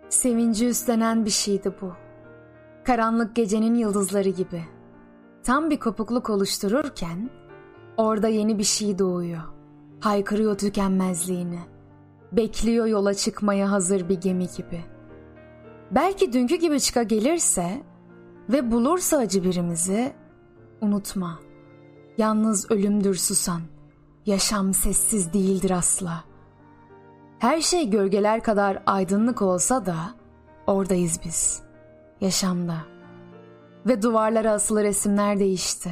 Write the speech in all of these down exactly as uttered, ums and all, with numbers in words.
Sevinci üstlenen bir şeydi bu. Karanlık gecenin yıldızları gibi. Tam bir kopukluk oluştururken orada yeni bir şey doğuyor. Haykırıyor tükenmezliğini. Bekliyor yola çıkmaya hazır bir gemi gibi. Belki dünkü gibi çıka gelirse ve bulursa acı birimizi, unutma. Yalnız ölümdür susan. Yaşam sessiz değildir asla. Her şey gölgeler kadar aydınlık olsa da oradayız biz. Yaşamda. Ve duvarlara asılı resimler değişti.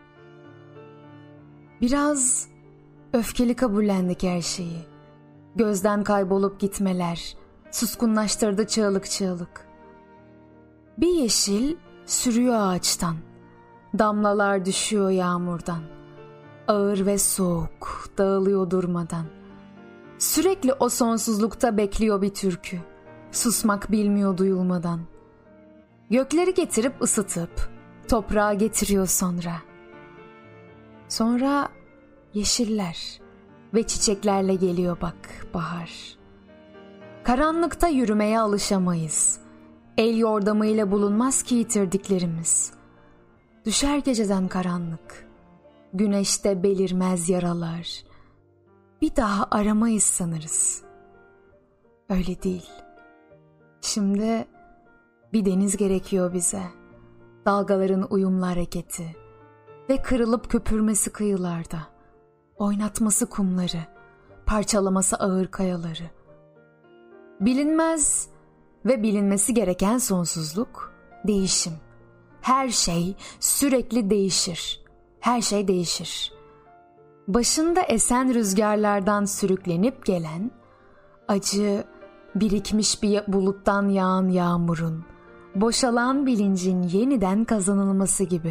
Biraz öfkeli kabullendik her şeyi. Gözden kaybolup gitmeler suskunlaştırdı çığlık çığlık. Bir yeşil sürüyor ağaçtan. Damlalar düşüyor yağmurdan. Ağır ve soğuk dağılıyor durmadan. Sürekli o sonsuzlukta bekliyor bir türkü. Susmak bilmiyor duyulmadan. Gökleri getirip ısıtıp toprağa getiriyor sonra. Sonra yeşiller ve çiçeklerle geliyor bak bahar. Karanlıkta yürümeye alışamayız. El yordamıyla bulunmaz ki yitirdiklerimiz. Düşer geceden karanlık. Güneşte belirmez yaralar. Bir daha aramayız sanırız. Öyle değil. Şimdi bir deniz gerekiyor bize. Dalgaların uyumlu hareketi ve kırılıp köpürmesi kıyılarda. Oynatması kumları, parçalaması ağır kayaları. Bilinmez ve bilinmesi gereken sonsuzluk, değişim. Her şey sürekli değişir. Her şey değişir. Başında esen rüzgarlardan sürüklenip gelen, acı birikmiş bir buluttan yağan yağmurun, boşalan bilincin yeniden kazanılması gibi.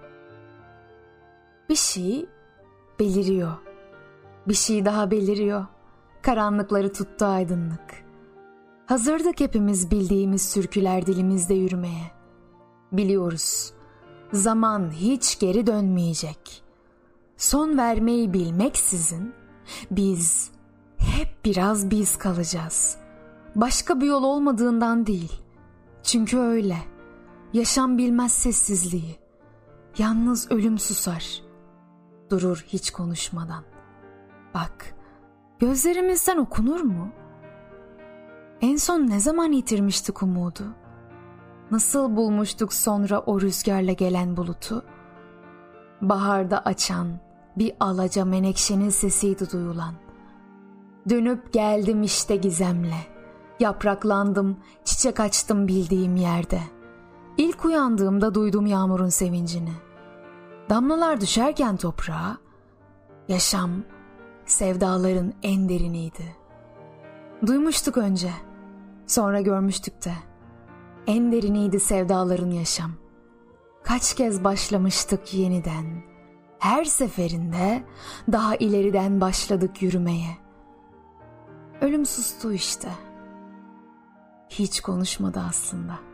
Bir şey beliriyor. Bir şey daha beliriyor. Karanlıkları tuttu aydınlık. Hazırdık hepimiz bildiğimiz sürküler dilimizde yürümeye. Biliyoruz, zaman hiç geri dönmeyecek. Son vermeyi bilmeksizin biz hep biraz biz kalacağız. Başka bir yol olmadığından değil. Çünkü öyle. Yaşam bilmez sessizliği. Yalnız ölüm susar. Durur hiç konuşmadan. Bak, gözlerimizden okunur mu? En son ne zaman yitirmiştik umudu? Nasıl bulmuştuk sonra o rüzgarla gelen bulutu? Baharda açan bir alaca menekşenin sesiydi duyulan. Dönüp geldim işte gizemle. Yapraklandım, çiçek açtım bildiğim yerde. İlk uyandığımda duydum yağmurun sevincini. Damlalar düşerken toprağa, yaşam sevdaların en deriniydi. Duymuştuk önce, sonra görmüştük de. En deriniydi sevdaların yaşam. Kaç kez başlamıştık yeniden. Her seferinde daha ileriden başladık yürümeye. Ölüm sustu işte. Hiç konuşmadı aslında.